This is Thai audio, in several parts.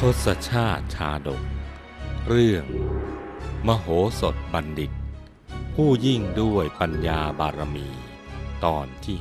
ศชาติชาดกเรื่องมโหสถบัณฑิตผู้ยิ่งด้วยปัญญาบารมีตอนที่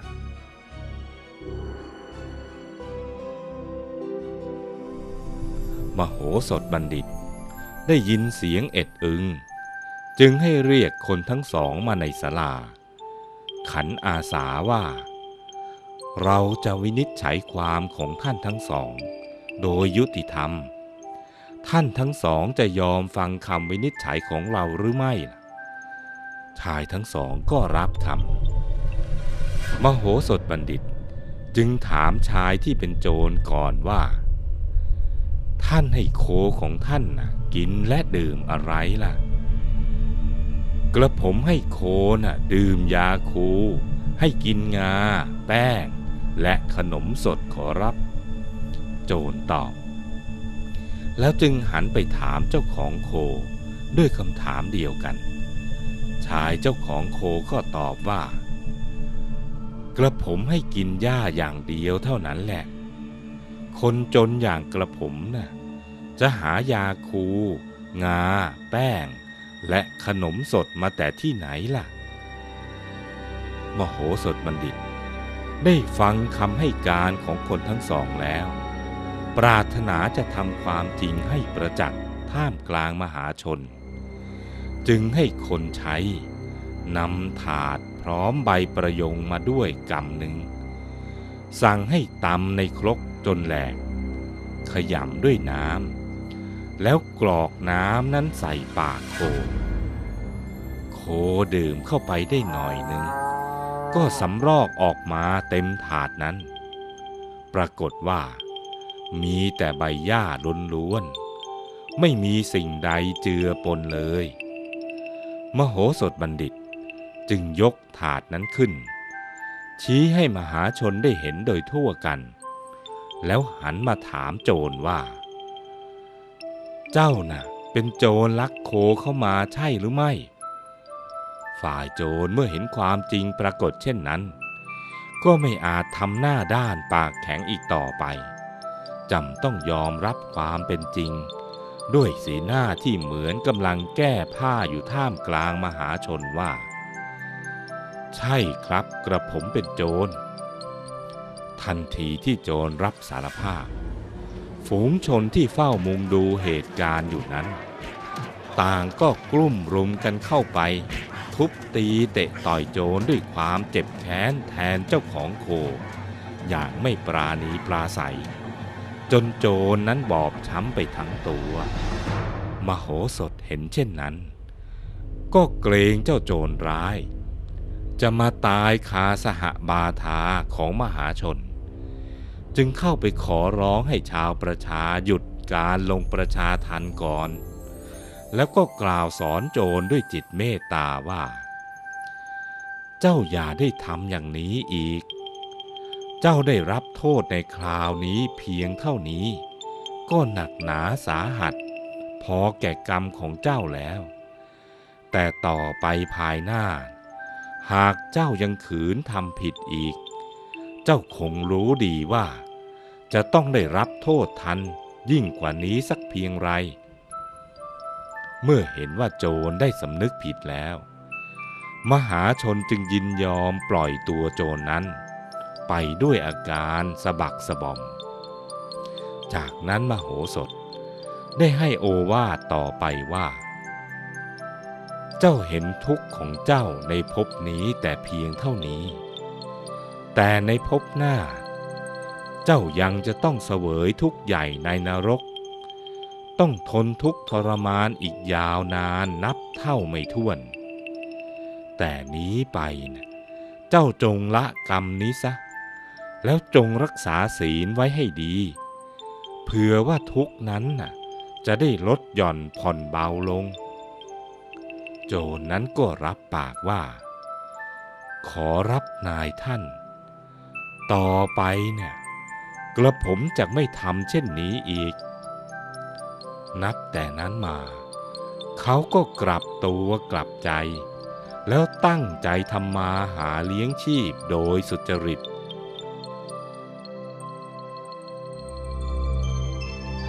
5มโหสถบัณฑิตได้ยินเสียงเอ็ดอึงจึงให้เรียกคนทั้งสองมาในศาลาขันอาสาว่าเราจะวินิจฉัยความของท่านทั้งสองโดยยุติธรรมท่านทั้งสองจะยอมฟังคำวินิจฉัยของเราหรือไม่ล่ะชายทั้งสองก็รับคำมโหสถบัณฑิตจึงถามชายที่เป็นโจรก่อนว่าท่านให้โคของท่านน่ะกินและดื่มอะไรล่ะกระผมให้โคน่ะดื่มยาคูให้กินงาแป้งและขนมสดขอรับโจรตอบแล้วจึงหันไปถามเจ้าของโคด้วยคำถามเดียวกันชายเจ้าของโคก็ตอบว่ากระผมให้กินหญ้าอย่างเดียวเท่านั้นแหละคนจนอย่างกระผมน่ะจะหายาคูงาแป้งและขนมสดมาแต่ที่ไหนล่ะมโหสถบัณฑิตได้ฟังคำให้การของคนทั้งสองแล้วปรารถนาจะทำความจริงให้ประจักษ์ท่ามกลางมหาชนจึงให้คนใช้นำถาดพร้อมใบประยงมาด้วยกำหนึ่งสั่งให้ตำในครกจนแหลกขยำด้วยน้ำแล้วกรอกน้ำนั้นใส่ปากโคโคดื่มเข้าไปได้หน่อยหนึ่งก็สำรอกออกมาเต็มถาดนั้นปรากฏว่ามีแต่ใบหญ้าล้วนๆไม่มีสิ่งใดเจือปนเลยมโหสถบัณฑิตจึงยกถาดนั้นขึ้นชี้ให้มหาชนได้เห็นโดยทั่วกันแล้วหันมาถามโจรว่าเจ้าน่ะเป็นโจรลักโคเข้ามาใช่หรือไม่ฝ่ายโจรเมื่อเห็นความจริงปรากฏเช่นนั้นก็ไม่อาจทำหน้าด้านปากแข็งอีกต่อไปจำต้องยอมรับความเป็นจริงด้วยสีหน้าที่เหมือนกำลังแก้ผ้าอยู่ท่ามกลางมหาชนว่าใช่ครับกระผมเป็นโจรทันทีที่โจรรับสารภาพฝูงชนที่เฝ้ามุงดูเหตุการณ์อยู่นั้นต่างก็กลุ่มรุมกันเข้าไปทุบตีเตะต่อยโจรด้วยความเจ็บแค้นแทนเจ้าของโคอย่างไม่ปราณีปราศัยจนโจรนั้นบอบช้ำไปทั้งตัวมโหสถเห็นเช่นนั้นก็เกรงเจ้าโจรร้ายจะมาตายคาสหบาทาของมหาชนจึงเข้าไปขอร้องให้ชาวประชาหยุดการลงประชาทัณฑ์ก่อนแล้วก็กล่าวสอนโจรด้วยจิตเมตตาว่าเจ้าอย่าได้ทำอย่างนี้อีกเจ้าได้รับโทษในคราวนี้เพียงเท่านี้ก็หนักหนาสาหัสพอแก่กรรมของเจ้าแล้วแต่ต่อไปภายหน้าหากเจ้ายังขืนทำผิดอีกเจ้าคงรู้ดีว่าจะต้องได้รับโทษทันยิ่งกว่านี้สักเพียงไรเมื่อเห็นว่าโจรได้สำนึกผิดแล้วมหาชนจึงยินยอมปล่อยตัวโจรนั้นไปด้วยอาการสะบักสะบอมจากนั้นมโหสถได้ให้โอวาทต่อไปว่าเจ้าเห็นทุกข์ของเจ้าในภพนี้แต่เพียงเท่านี้แต่ในภพหน้าเจ้ายังจะต้องเสวยทุกข์ใหญ่ในนรกต้องทนทุกข์ทรมานอีกยาวนานนับเท่าไม่ถ้วนแต่นี้ไปนะเจ้าจงละกรรมนี้ซะแล้วจงรักษาศีลไว้ให้ดีเผื่อว่าทุกข์นั้นน่ะจะได้ลดหย่อนผ่อนเบาลงโจรนั้นก็รับปากว่าขอรับนายท่านต่อไปเนี่ยกระผมจะไม่ทำเช่นนี้อีกนับแต่นั้นมาเขาก็กลับตัวกลับใจแล้วตั้งใจทำมาหาเลี้ยงชีพโดยสุจริต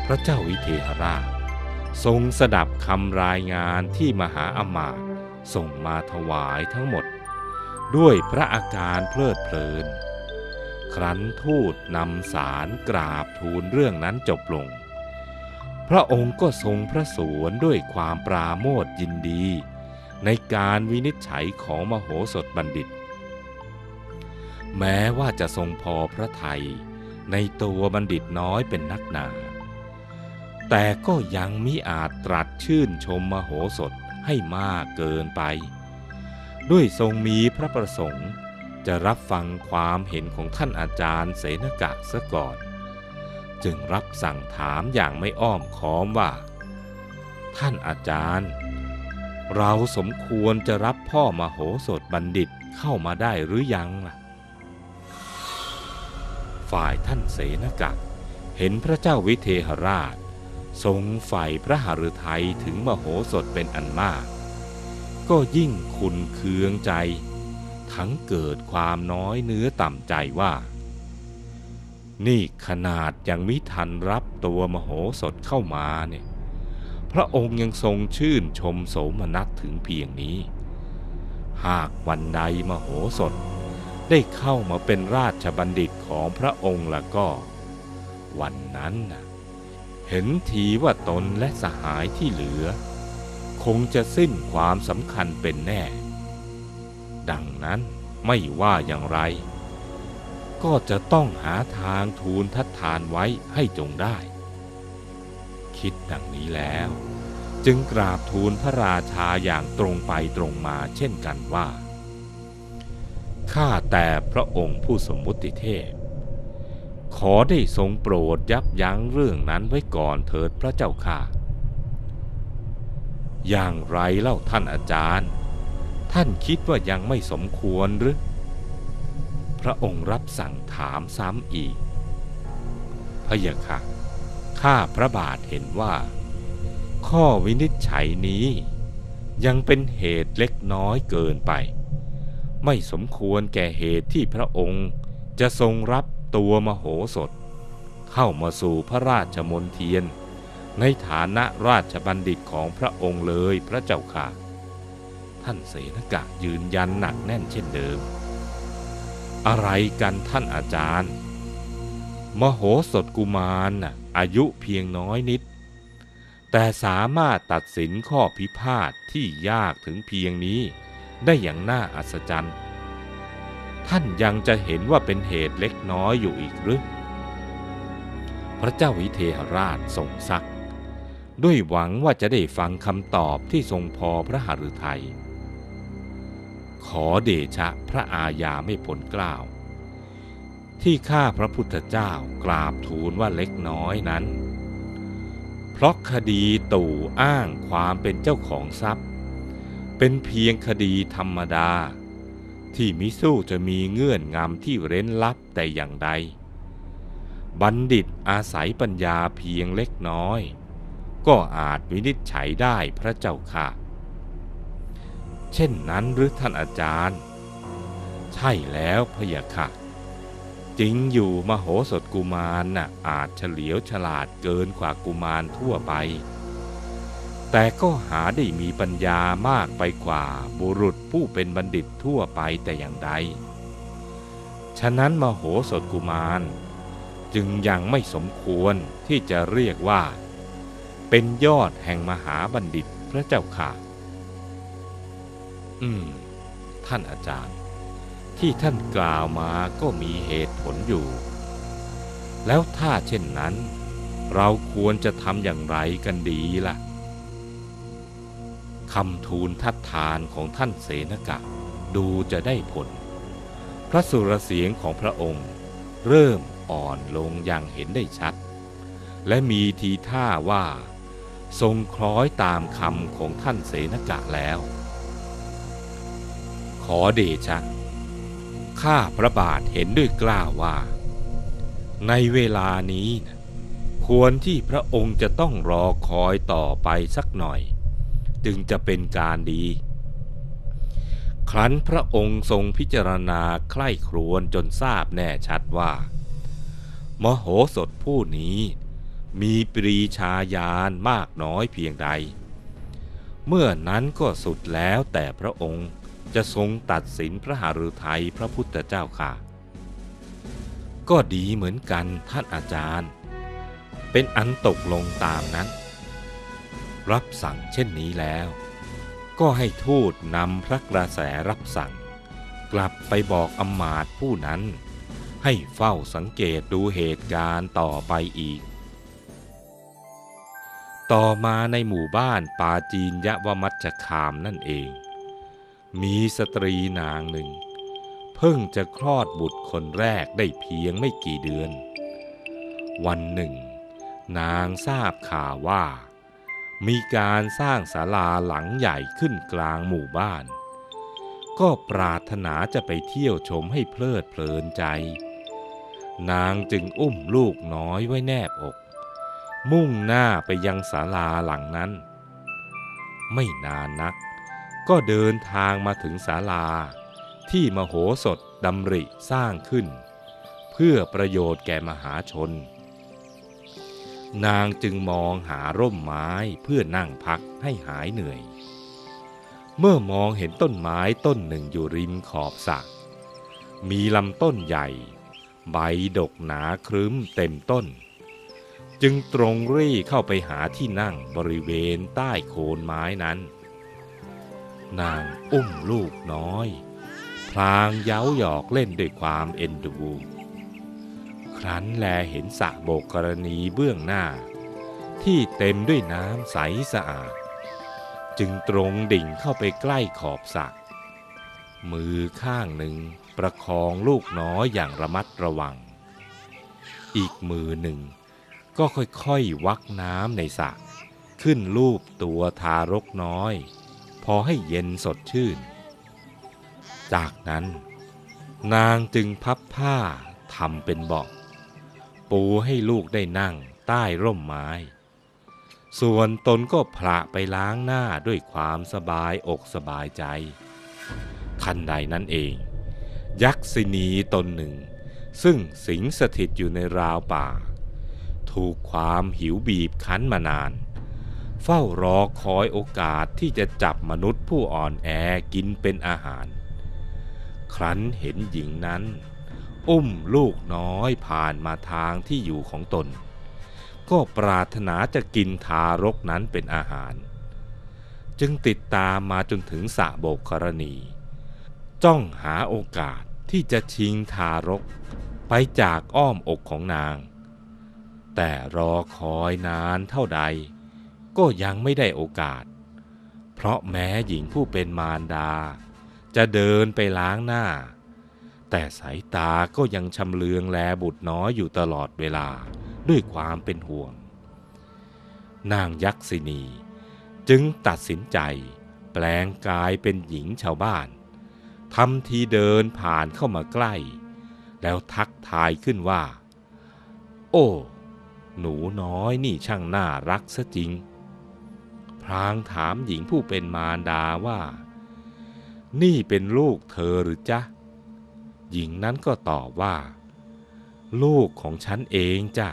พระเจ้าวิเทหราชทรงสดับคำรายงานที่มหาอมาตย์ส่งมาถวายทั้งหมดด้วยพระอาการเพลิดเพลินครั้นทูตนำสารกราบทูลเรื่องนั้นจบลงพระองค์ก็ทรงพระสวนด้วยความปราโมทย์ยินดีในการวินิจฉัยของมโหสถบัณฑิตแม้ว่าจะทรงพอพระทัยในตัวบัณฑิตน้อยเป็นนักหนาแต่ก็ยังมิอาจตรัสชื่นชมมโหสถให้มากเกินไปด้วยทรงมีพระประสงค์จะรับฟังความเห็นของท่านอาจารย์เสนกะซะก่อนจึงรับสั่งถามอย่างไม่อ้อมค้อมว่าท่านอาจารย์เราสมควรจะรับพ่อมโหสถบัณฑิตเข้ามาได้หรือยังล่ะฝ่ายท่านเสนกะเห็นพระเจ้าวิเทหราชทรงใฝ่พระหฤทัยถึงมโหสถเป็นอันมากก็ยิ่งขุ่นเคืองใจทั้งเกิดความน้อยเนื้อต่ำใจว่านี่ขนาดยังมิทันรับตัวมโหสถเข้ามาเนี่ยพระองค์ยังทรงชื่นชมโสมนัสถึงเพียงนี้หากวันใดมโหสถได้เข้ามาเป็นราชบัณฑิตของพระองค์แล้วก็วันนั้นนะเห็นทีว่าตนและสหายที่เหลือคงจะสิ้นความสำคัญเป็นแน่ดังนั้นไม่ว่าอย่างไรก็จะต้องหาทางทูลทัดทานไว้ให้จงได้คิดดังนี้แล้วจึงกราบทูลพระราชาอย่างตรงไปตรงมาเช่นกันว่าข้าแต่พระองค์ผู้สมมุติเทพขอได้ทรงโปรดยับยั้งเรื่องนั้นไว้ก่อนเถิดพระเจ้าค่ะอย่างไรเล่าท่านอาจารย์ท่านคิดว่ายังไม่สมควรหรือพระองค์รับสั่งถามซ้ำอีกพะยะค่ะข้าพระบาทเห็นว่าข้อวินิจฉัยนี้ยังเป็นเหตุเล็กน้อยเกินไปไม่สมควรแก่เหตุที่พระองค์จะทรงรับตัวมโหสถเข้ามาสู่พระราชมณฑียนในฐานะราชบัณฑิตของพระองค์เลยพระเจ้าค่ะท่านเสนกะยืนยันหนักแน่นเช่นเดิมอะไรกันท่านอาจารย์มโหสถกุมารน่ะอายุเพียงน้อยนิดแต่สามารถตัดสินข้อพิพาทที่ยากถึงเพียงนี้ได้อย่างน่าอัศจรรย์ท่านยังจะเห็นว่าเป็นเหตุเล็กน้อยอยู่อีกหรือพระเจ้าวิเทหราชทรงซักด้วยหวังว่าจะได้ฟังคำตอบที่ทรงพอพระหฤทัยขอเดชะพระอาญาไม่พ้นเกล้าที่ข้าพระพุทธเจ้ากราบทูลว่าเล็กน้อยนั้นเพราะคดีตู่อ้างความเป็นเจ้าของทรัพย์เป็นเพียงคดีธรรมดาที่มิสู้จะมีเงื่อนงำที่เร้นลับแต่อย่างใดบัณฑิตอาศัยปัญญาเพียงเล็กน้อยก็อาจวินิจฉัยได้พระเจ้าค่ะเช่นนั้นหรือท่านอาจารย์ใช่แล้วพะยะค่ะจริงอยู่มโหสถกุมารน่ะอาจเฉลียวฉลาดเกินกว่ากุมารทั่วไปแต่ก็หาได้มีปัญญามากไปกว่าบุรุษผู้เป็นบัณฑิตทั่วไปแต่อย่างใดฉะนั้นมโหสถกุมารจึงยังไม่สมควรที่จะเรียกว่าเป็นยอดแห่งมหาบัณฑิตพระเจ้าค่ะท่านอาจารย์ที่ท่านกล่าวมาก็มีเหตุผลอยู่แล้วถ้าเช่นนั้นเราควรจะทำอย่างไรกันดีล่ะคำทูลทัดทานของท่านเสนกะดูจะได้ผลพระสุรเสียงของพระองค์เริ่มอ่อนลงอย่างเห็นได้ชัดและมีทีท่าว่าทรงคล้อยตามคำของท่านเสนกะแล้วขอเดชะข้าพระบาทเห็นด้วยกล้าว่าในเวลานี้ควรที่พระองค์จะต้องรอคอยต่อไปสักหน่อยจึงจะเป็นการดีครั้นพระองค์ทรงพิจารณาใคร่ครวญจนทราบแน่ชัดว่ามโหสถผู้นี้มีปรีชาญาณมากน้อยเพียงใดเมื่อนั้นก็สุดแล้วแต่พระองค์จะทรงตัดสินพระหฤทัยพระพุทธเจ้าค่ะก็ดีเหมือนกันท่านอาจารย์เป็นอันตกลงตามนั้นรับสั่งเช่นนี้แล้วก็ให้ทูตนำพระกระแสรับสั่งกลับไปบอกอำมาตย์ผู้นั้นให้เฝ้าสังเกตดูเหตุการณ์ต่อไปอีกต่อมาในหมู่บ้านปาจีนยวมัชฌคามนั่นเองมีสตรีนางหนึ่งเพิ่งจะคลอดบุตรคนแรกได้เพียงไม่กี่เดือนวันหนึ่งนางทราบข่าวว่ามีการสร้างศาลาหลังใหญ่ขึ้นกลางหมู่บ้านก็ปรารถนาจะไปเที่ยวชมให้เพลิดเพลินใจนางจึงอุ้มลูกน้อยไว้แนบอกมุ่งหน้าไปยังศาลาหลังนั้นไม่นานนักก็เดินทางมาถึงศาลาที่มโหสถดำริสร้างขึ้นเพื่อประโยชน์แก่มหาชนนางจึงมองหาร่มไม้เพื่อนั่งพักให้หายเหนื่อยเมื่อมองเห็นต้นไม้ต้นหนึ่งอยู่ริมขอบสระมีลำต้นใหญ่ใบดกหนาครึ้มเต็มต้นจึงตรงรี่เข้าไปหาที่นั่งบริเวณใต้โคนไม้นั้นนางอุ้มลูกน้อยพลางเย้าหยอกเล่นด้วยความเอ็นดูครั้นแลเห็นสระโบกกรณีเบื้องหน้าที่เต็มด้วยน้ำใสสะอาดจึงตรงดิ่งเข้าไปใกล้ขอบสระมือข้างหนึ่งประคองลูกน้อยอย่างระมัดระวังอีกมือหนึ่งก็ค่อยๆวักน้ำในสระขึ้นลูบตัวทารกน้อยพอให้เย็นสดชื่นจากนั้นนางจึงพับผ้าทำเป็นเบาะปูให้ลูกได้นั่งใต้ร่มไม้ส่วนตนก็พละไปล้างหน้าด้วยความสบายอกสบายใจทันใดนั้นเองยักษิณีตนหนึ่งซึ่งสิงสถิตอยู่ในราวป่าถูกความหิวบีบคั้นมานานเฝ้ารอคอยโอกาสที่จะจับมนุษย์ผู้อ่อนแอกินเป็นอาหารครั้นเห็นหญิงนั้นอุ้มลูกน้อยผ่านมาทางที่อยู่ของตนก็ปรารถนาจะกินทารกนั้นเป็นอาหารจึงติดตามมาจนถึงสระโบกกรณีจ้องหาโอกาสที่จะชิงทารกไปจากอ้อมอกของนางแต่รอคอยนานเท่าใดก็ยังไม่ได้โอกาสเพราะแม้หญิงผู้เป็นมารดาจะเดินไปล้างหน้าแต่สายตาก็ยังชำเลืองแลบุตรน้อยอยู่ตลอดเวลาด้วยความเป็นห่วงนางยักษิณีจึงตัดสินใจแปลงกายเป็นหญิงชาวบ้านทำทีเดินผ่านเข้ามาใกล้แล้วทักทายขึ้นว่าโอ้หนูน้อยนี่ช่างน่ารักซะจริงพลางถามหญิงผู้เป็นมารดาว่านี่เป็นลูกเธอหรือจ๊ะหญิงนั้นก็ตอบว่าลูกของฉันเองจ้ะ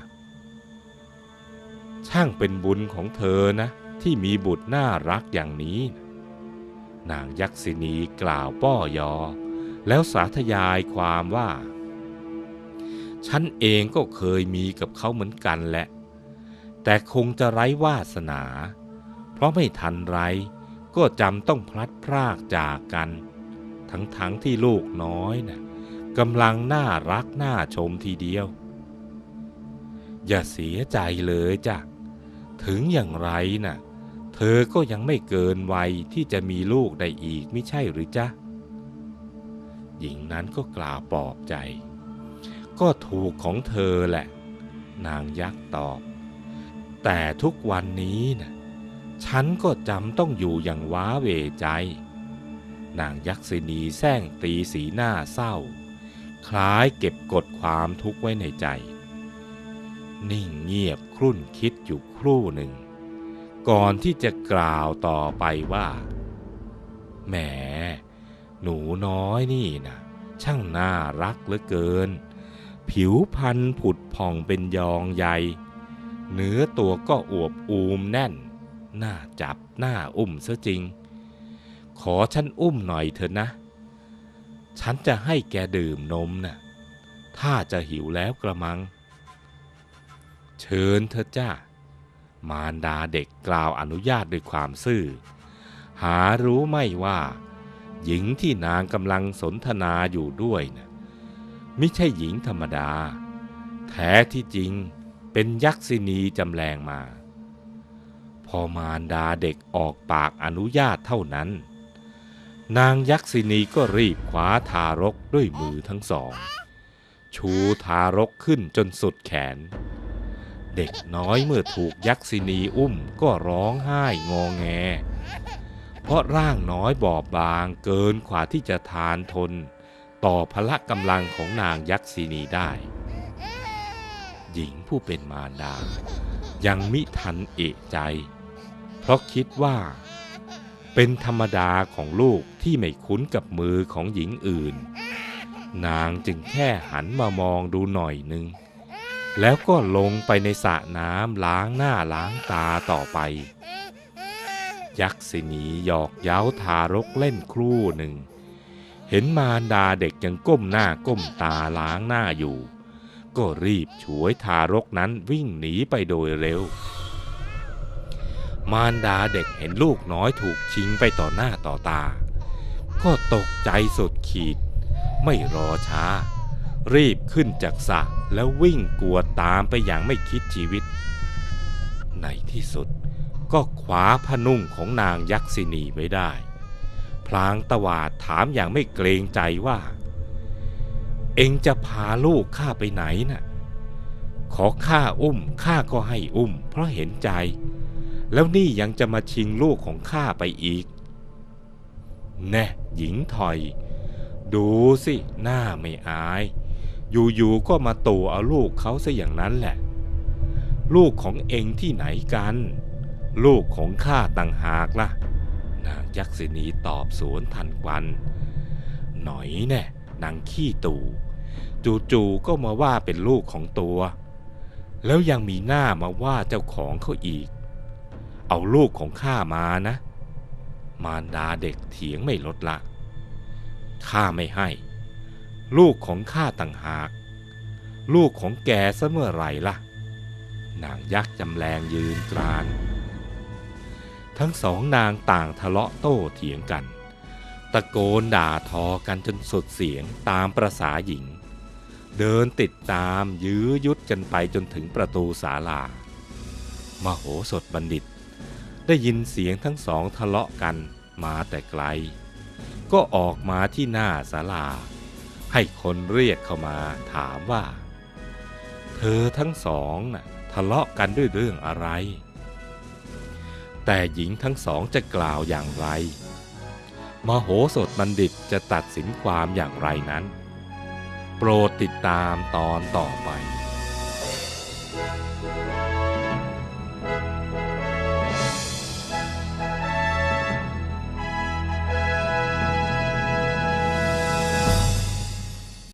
ช่างเป็นบุญของเธอนะที่มีบุตรน่ารักอย่างนี้นางยักษิณีกล่าวป้อยอแล้วสาธยายความว่าฉันเองก็เคยมีกับเขาเหมือนกันแหละแต่คงจะไร้วาสนาเพราะไม่ทันไรก็จำต้องพลัดพรากจากกันทั้งที่ลูกน้อยน่ะกำลังน่ารักน่าชมทีเดียวอย่าเสียใจเลยจ้ะถึงอย่างไรน่ะเธอก็ยังไม่เกินวัยที่จะมีลูกได้อีกไม่ใช่หรือจ๊ะหญิงนั้นก็กล่าวปลอบใจก็ถูกของเธอแหละนางยักษ์ตอบแต่ทุกวันนี้น่ะฉันก็จำต้องอยู่อย่างว้าเหวใจนางยักษิณีแซงตีสีหน้าเศร้าคล้ายเก็บกดความทุกข์ไว้ในใจนิ่งเงียบครุ่นคิดอยู่ครู่หนึ่งก่อนที่จะกล่าวต่อไปว่าแหมหนูน้อยนี่นะช่างน่ารักเหลือเกินผิวพรรณผุดผ่องเป็นยองใยเนื้อตัวก็อวบอูมแน่นน่าจับน่าอุ้มซะจริงขอฉันอุ้มหน่อยเถอะนะฉันจะให้แกดื่มนมน่ะถ้าจะหิวแล้วกระมังเชิญเถอะจ้ามารดาเด็กกล่าวอนุญาตด้วยความซื่อหารู้ไม่ว่าหญิงที่นางกำลังสนทนาอยู่ด้วยนะไม่ใช่หญิงธรรมดาแท้ที่จริงเป็นยักษินีจำแรงมาพอมารดาเด็กออกปากอนุญาตเท่านั้นนางยักษินีก็รีบคว้าทารกด้วยมือทั้งสองชูทารกขึ้นจนสุดแขนเด็กน้อยเมื่อถูกยักษินีอุ้มก็ร้องไห้งอแงเพราะร่างน้อยบอบบางเกินกว่าที่จะทานทนต่อพละกำลังของนางยักษินีได้หญิงผู้เป็นมารดายังมิทันเอะใจเพราะคิดว่าเป็นธรรมดาของลูกที่ไม่คุ้นกับมือของหญิงอื่นนางจึงแค่หันมามองดูหน่อยนึงแล้วก็ลงไปในสระน้ำล้างหน้าล้างตาต่อไปยักษินีหยอกเย้าทารกเล่นครู่หนึ่งเห็นมารดาเด็กยังก้มหน้าก้มตาล้างหน้าอยู่ก็รีบฉวยทารกนั้นวิ่งหนีไปโดยเร็วมารดาเด็กเห็นลูกน้อยถูกชิงไปต่อหน้าต่อตาก็ตกใจสุดขีดไม่รอช้ารีบขึ้นจากสระแล้ววิ่งกวดตามไปอย่างไม่คิดชีวิตในที่สุดก็คว้าผ้านุ่งของนางยักษินีไว้ได้พลางตวาดถามอย่างไม่เกรงใจว่าเอ็งจะพาลูกข้าไปไหนน่ะขอข้าอุ้มข้าก็ให้อุ้มเพราะเห็นใจแล้วนี่ยังจะมาชิงลูกของข้าไปอีกแน่หญิงถอยดูสิหน้าไม่อายอยู่ๆก็มาตู่เอาลูกเขาซะอย่างนั้นแหละลูกของเอ็งที่ไหนกันลูกของข้าต่างหากล่ะนางยักษินีตอบสวนทันควันหน่อยแน่นางขี้ตู่จู่ๆก็มาว่าเป็นลูกของตัวแล้วยังมีหน้ามาว่าเจ้าของเขาอีกเอาลูกของข้ามานะมารดาเด็กเถียงไม่ลดละข้าไม่ให้ลูกของข้าต่างหากลูกของแกซะเมื่อไหร่ล่ะนางยักษ์จำแรงยืนกรานทั้งสองนางต่างทะเลาะโต้เถียงกันตะโกนด่าทอกันจนสุดเสียงตามประสาหญิงเดินติดตามยื้อยุดกันไปจนถึงประตูศาลามโหสถบัณฑิตได้ยินเสียงทั้งสองทะเลาะกันมาแต่ไกลก็ออกมาที่หน้าศาลาให้คนเรียกเข้ามาถามว่าเธอทั้งสองน่ะทะเลาะกันด้วยเรื่องอะไรแต่หญิงทั้งสองจะกล่าวอย่างไรมโหสถบัณฑิตจะตัดสินความอย่างไรนั้นโปรดติดตามตอนต่อไป